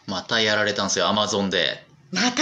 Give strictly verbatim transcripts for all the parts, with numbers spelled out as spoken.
またやられたんですよ、アマゾンで。 また？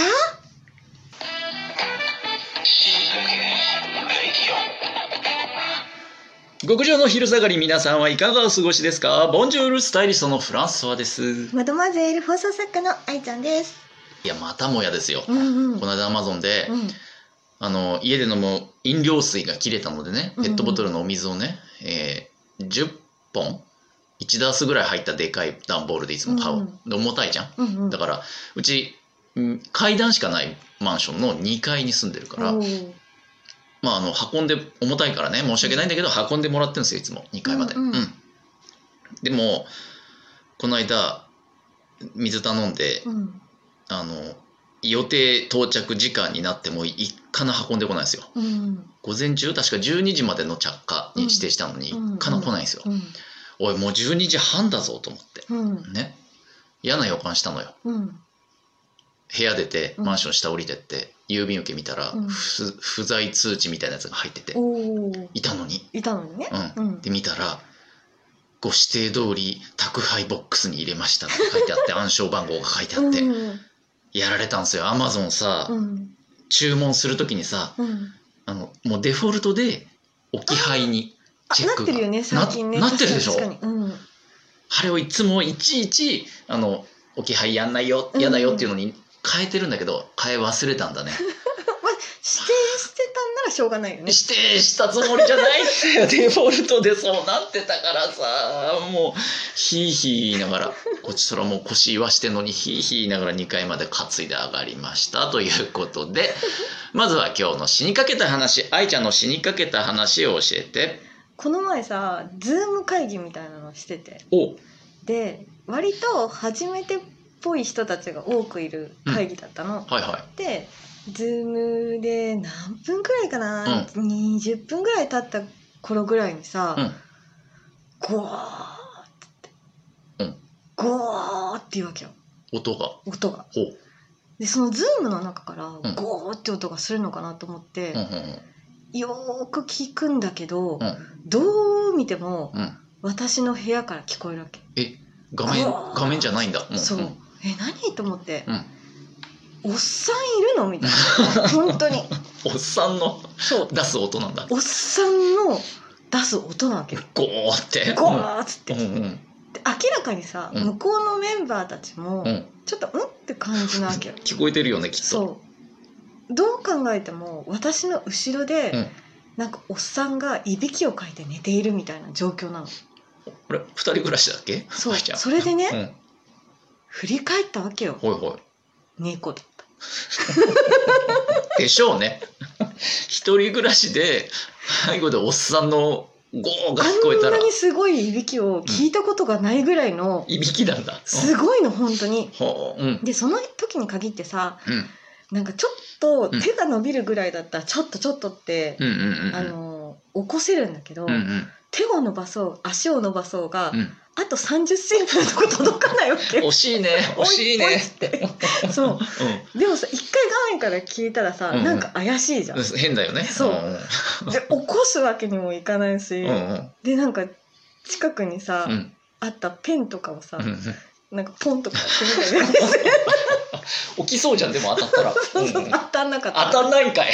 極上の昼下がり、皆さんはいかがお過ごしですか？ボンジュール、スタイリストのフランソワです。 マドマゼール放送作家の愛ちゃんです。 いや、またもやですよ。 うんうん、 この間アマゾンで、 うん、 あの家で飲む飲料水が切れたのでね、ペットボトルのお水をね、うんうん、えー、じゅっぽんいちダースぐらい入ったでかい段ボールでいつも買う、うんうん、で重たいじゃん、うんうん、だからうち階段しかないマンションのにかいに住んでるから、まああの運んで重たいからね、申し訳ないんだけど運んでもらってるんですよ、いつもにかいまで、うんうんうん、でもこの間水頼んで、うん、あの予定到着時間になっても一かな運んでこないんですよ、うん、午前中確かじゅうにじまでの着荷に指定したのに一かな来ないんですよ、うんうん、おいもうじゅうにじはんだぞと思って、うん、ね、嫌な予感したのよ、うん、部屋出てマンション下降りてって郵便受け見たら、うん、不, 不在通知みたいなやつが入ってて、いたのにいたのにね、 うんうん、で見たらご指定通り宅配ボックスに入れましたって書いてあって暗証番号が書いてあって、うん、やられたんですよ。アマゾンさ、うん、注文するときにさ、うん、あのもうデフォルトで置き配にチェックがな, なってるよね最近ね。 な, なってるでしょ。 確かに、うん、あれをいつもいちいちあの置き配やんないよやだよっていうのに変えてるんだけど、変え忘れたんだね。 まあ、指定してたんならしょうがないよね。 指定したつもりじゃないんだよ。デフォルトでそうなってたからさ、もうヒーヒー言いながら、こっちそらもう腰言わしてんのにヒーヒー言いながらにかいまで担いで上がりましたということで、まずは今日の死にかけた話、愛ちゃんの死にかけた話を教えて。 この前さ、ズーム会議みたいなのしてて、 おで割と初めてっぽい人たちが多くいる会議だったの、 うん、はいはい、 でズームで何分くらいかな、うん、にじゅっぷんぐらい経った頃ぐらいにさ、うん、ゴーって、うん、ゴーって言うわけよ、 音が音がほうでそのズームの中からゴーって音がするのかなと思って、うんうんうん、よーく聞くんだけど、うん、どう見ても、うん、私の部屋から聞こえるわけ。 え画面画面じゃないんだ、うん、 そう、うん、え何と思って、うん、おっさんいるのみたいな本当におっさんの出す音なんだ。 おっさんの出す音なわけ。 ゴーってゴーっつって、うんうん、で明らかにさ、 うん、 向こうのメンバーたちも、うん、ちょっとうんって感じなわけよ。 聞こえてるよねきっと。 そうどう考えても私の後ろで、うん、なんかおっさんがいびきをかいて寝ているみたいな状況なの。 あれふたり暮らしだっけ。 そうそれでね、うん、振り返ったわけよ。 ほいほい猫だったでしょうね。一人暮らしで背後でおっさんのゴーが聞こえたらあんなにすごいいびきを聞いたことがないぐらいの、 うん、いびきなんだ、 すごいの本当に、 うん、 でその時に限ってさ、うん、なんかちょっと手が伸びるぐらいだったらちょっとちょっとって、うんうんうんうん、あの起こせるんだけど、うんうん、手を伸ばそう足を伸ばそうが、うん、あとさんじゅっセンチのとこ届かないわけ。 惜しいね惜しいねってそう、うん、でもさ一回画面から聞いたらさ、うんうん、なんか怪しいじゃん。 変だよね。 そう、うん、で起こすわけにもいかないし、うんうん、でなんか近くにさ、うん、あったペンとかをさ、うんうん、なんかポンとかやってみたいな起きそうじゃん。でも当たったらそうそう、うん、当たんなかった。 当たんないんかい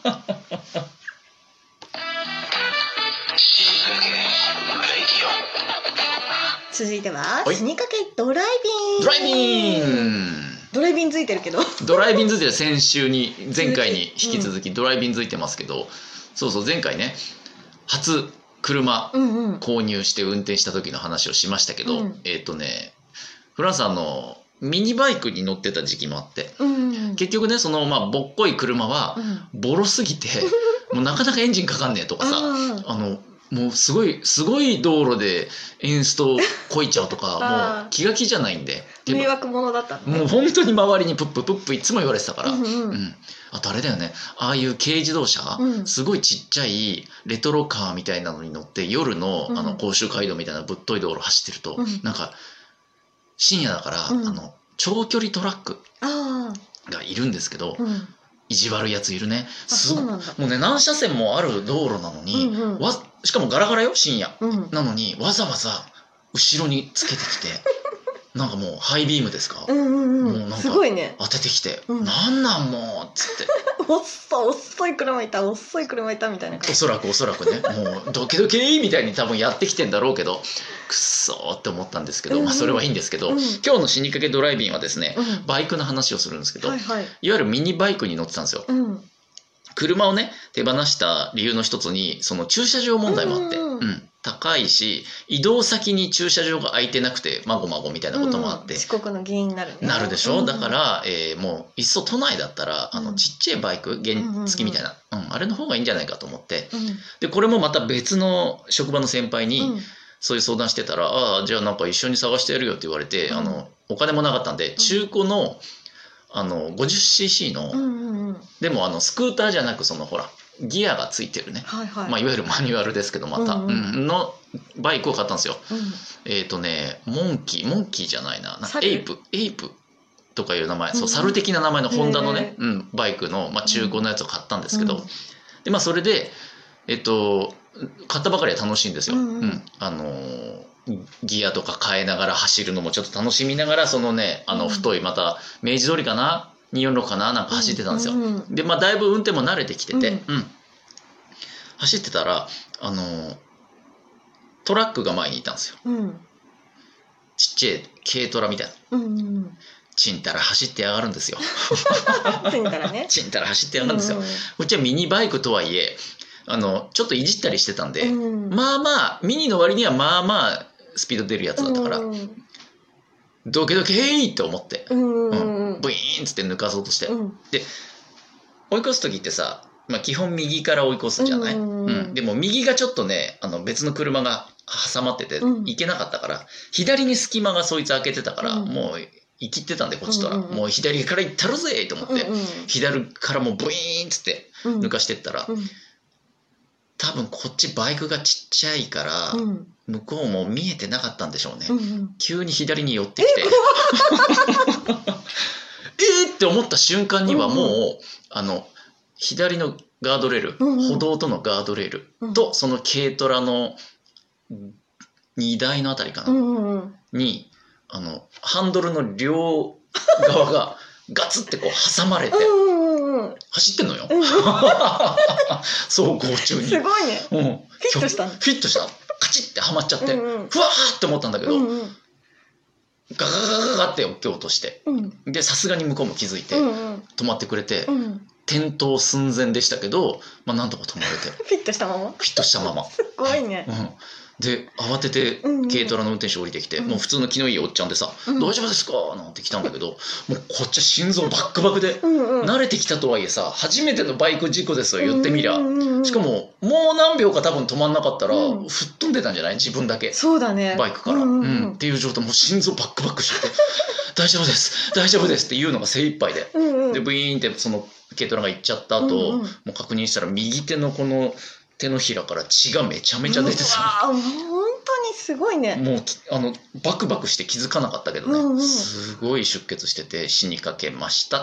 続いては死にかけドライビンドライビンドライビンついてるけどドライビンついてる。先週に前回に引き続きドライビンついてますけど、うん、そうそう前回ね初車購入して運転した時の話をしましたけど、うん、えっ、ー、とねフランスさんのミニバイクに乗ってた時期もあって、うんうん、結局ねそのまあぼっこい車はボロすぎて、うん、もうなかなかエンジンかかんねえとかさあのもうすごいすごい道路でエンストこいちゃうとかもう気が気じゃないんで迷惑者だったのね。 もう本当に周りにプッププップいつも言われてたから、うんうんうん、あとあれだよねああいう軽自動車、うん、すごいちっちゃいレトロカーみたいなのに乗って夜 の,、うん、あの甲州街道みたいなぶっとい道路走ってると、うん、なんか深夜だから、うん、あの長距離トラックがいるんですけど、うん、意地悪いやついるね。すごもうね何車線もある道路なのに、うんうん、わしかもガラガラよ深夜、うん、なのにわざわざ後ろにつけてきてなんかもうハイビームですか、 うんうんうん、 もうなんかすごいね当ててきて「 うんなんなんもう」っつって遅い遅い車いた遅い車いたみたいな感じ。 おそらくおそらくねもうドキドキみたいに多分やってきてんだろうけどくっそーって思ったんですけど、 うんうんまあそれはいいんですけど、 うん今日の死にかけドライビンはですね、 うんバイクの話をするんですけど、 はいはい。 いわゆるミニバイクに乗ってたんですよ。 うん車をね手放した理由の一つにその駐車場問題もあって、 うんうんうん高いし移動先に駐車場が空いてなくてまごまごみたいなこともあって、 うんうん、遅刻の原因になるね。 なるでしょ、 うんだから、えーもういっそ都内だったらあのうんちっちゃいバイク原付みたいな、うんあれの方がいいんじゃないかと思ってうんでこれもまた別の職場の先輩に、 うんそういう相談してたら「ああじゃあなんか一緒に探してやるよ」って言われて、 うんあのお金もなかったんで中古のあの ごじゅっシーシー の、 うんうんうん、 でもあのスクーターじゃなくそのほらギアがついてるね、 はいはい。 まあ、いわゆるマニュアルですけどまた、 うんうんうんのバイクを買ったんですよ。 うんえっ、とねモンキーモンキーじゃないななんか猿エイプエイプとかいう名前、 うんそう猿的な名前のホンダのねへ、 うん、バイクの、まあ、中古のやつを買ったんですけど、 うんでまあそれでえっと買ったばかりは楽しいんですよ。 うんうんうんあのーギアとか変えながら走るのもちょっと楽しみながらそのねあのうん太いまた明治通りかなにひゃくよんじゅうろくかななんか走ってたんですよ。 うんうんでまあだいぶ運転も慣れてきてて、 ううん走ってたらあのートラックが前にいたんですよ。 うんちっちゃい軽トラみたいな。 うんうんちんたら走ってやがるんですよ。 ついたらね。 ちんたら走ってやがるんですよ。 うんこっちはミニバイクとはいえあのちょっといじったりしてたんで、 うんまあまあミニの割にはまあまあスピード出るやつだったから、 うんドキドキへいって思って、 うんうんブイーンっつって抜かそうとして、 うん追い越す時ってさ、まあ、基本右から追い越すじゃない、 うんうんでも右がちょっとねあの別の車が挟まっててうん行けなかったから、左に隙間がそいつ開けてたから、 うんもう生きてたんでこっちとら、 うんうんうんもう左から行ったるぜと思って、 うんうん左からもうブイーンっつってうん抜かしてったら、 うん多分こっちバイクがちっちゃいから、 うん向こうも見えてなかったんでしょうね、 うんうん急に左に寄ってきてえーって思った瞬間にはもう、 うんあの左のガードレール、 うんうん歩道とのガードレールと、その軽トラの荷台のあたりかな、 うんうんうんにあのハンドルの両側がガツってこう挟まれてうんうんうん走ってんのよ、 うん走行中に。 すごいね。 うん、 フィットしたのフィットしたカチッてはまっちゃって、 うんうんふわーって思ったんだけど、 うんうんガガガガガガって起きようとしてうんでさすがに向こうも気づいて、 うんうん止まってくれて、 うん転倒寸前でしたけど、まあ、なんとか止まれてフィットしたまま。 フィットしたまま、 すごいねう。ん、で慌ててうんうん軽トラの運転手降りてきて、 うんもう普通の気のいいおっちゃんでさ「 うん大丈夫ですか?」なんて来たんだけどもうこっちは心臓バックバクで、 うんうん慣れてきたとはいえさ初めてのバイク事故ですよ言ってみりゃ、 うんうんうんしかももう何秒か多分止まんなかったら、 うん吹っ飛んでたんじゃない自分だけそうだね。 バイクから、 うんうんうんうんっていう状態もう心臓バックバックしてて「大丈夫です大丈夫です」って言うのが精一杯で、 うんうんでブイーンってその軽トラが行っちゃった後、 うんうんもう確認したら右手のこの手のひらから血がめちゃめちゃ出てうさ、 わーもう本当にすごいね。 もうきあのバクバクして気づかなかったけどね、 うんうんすごい出血してて死にかけました。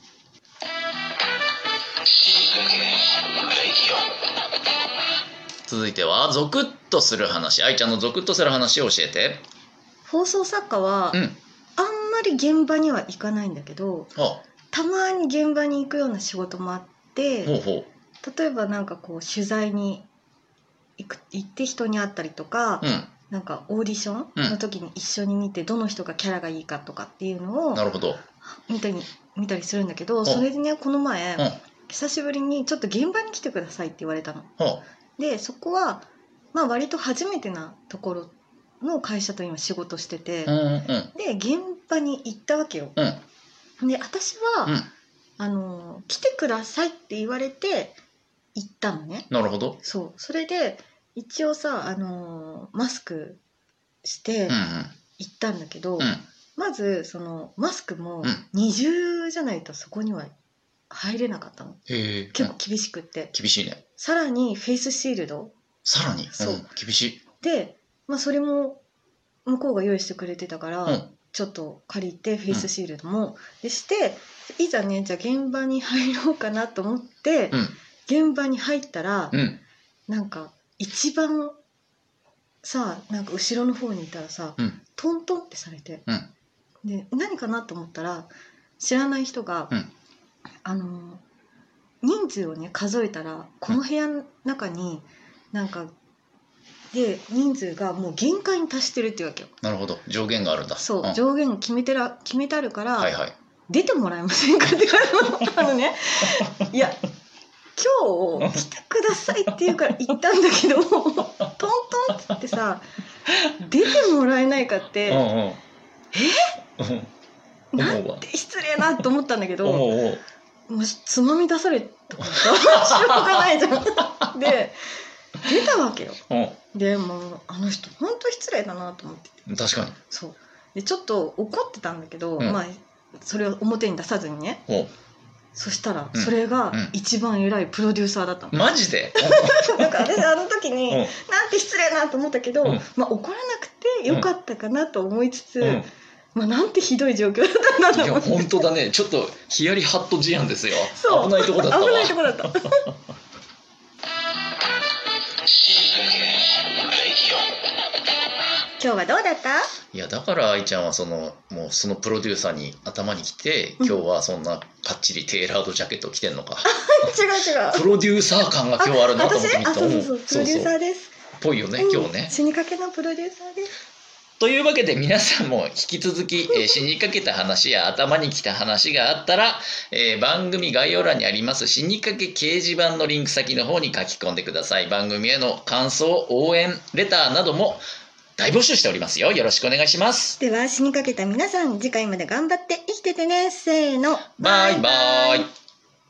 続いてはゾクッとする話、愛ちゃんのゾクッとする話を教えて。 放送作家は、 うんあんまり現場には行かないんだけど、 あたまに現場に行くような仕事もあって、 ほうほ例えばなんかこう取材に行く行って人に会ったりとか、 う、うんなんかオーディションの時に一緒に見てどの人がキャラがいいかとかっていうのをなるほど。 見たり見たりするんだけど、 んそれでねこの前、 うん久しぶりにちょっと現場に来てくださいって言われたの。 ほでそこはまあ割と初めてなところの会社と今仕事してて、 ううんうんで現場に行ったわけよ。 うんで私は、 うんあの来てくださいって言われて行ったのね。 なるほど。 そうそれで一応さ、あのマスクしてうんうん行ったんだけど、 うんまずそのマスクもうん二重じゃないとそこには入れなかったの。 へえ結構厳しくって、 厳しいね。 さらにフェイスシールドさらにそううん、厳しい。 で、まあ、それも向こうが用意してくれてたから、 うんちょっと借りてフェイスシールドも、でしていざねじゃあ現場に入ろうかなと思って、 うん現場に入ったら、 うんなんか一番さなんか後ろの方にいたらさ、 うんトントンってされて、 うん、 で何かなと思ったら知らない人が、 うん、 あの人数をね数えたらこの部屋の中になんかで人数がもう限界に達してるっていうわけよ。 なるほど、上限があるんだ。 そう、 うん、 上限決めてら決めてあるから、 はいはい、 出てもらえませんかって言われたのね。いや今日来てくださいって言うから行ったんだけどトントンって言ってさ出てもらえないかって、うんうん、えなんて失礼なと思ったんだけど、もうつまみ出されたからさしょうがないじゃん。で出たわけよ。でもうあの人本当失礼だなと思ってて、 確かにそうでちょっと怒ってたんだけど、うん、まあそれを表に出さずにね、そしたらそれが一番偉いプロデューサーだったの、 うん、マジでなんか私あの時になんて失礼なと思ったけど、うん、まあ、怒らなくてよかったかなと思いつつ、うん、まあ、なんてひどい状況だったんだと思って。 いや本当だね、ちょっとヒヤリハット事案ですよ。そう危ないとこだったわ。 危ないとこだった今日はどうだった？ いやだから愛ちゃんはそのもうそのプロデューサーに頭に来て、今日はそんなかっちりテーラードジャケットを着てんのか。 違う違う。 プロデューサー感が今日あるなと思って見た。 あ、そうそうそう、プロデューサーです。 ぽいよね、うん、今日ね。 死にかけのプロデューサーです。 というわけで皆さんも引き続き、えー、死にかけた話や頭にきた話があったら、えー、番組概要欄にあります死にかけ掲示板のリンク先の方に書き込んでください。番組への感想、応援、レターなども大募集しておりますよ。よろしくお願いします。 では死にかけた皆さん、次回まで頑張って生きててね。せーの、 バイバイ。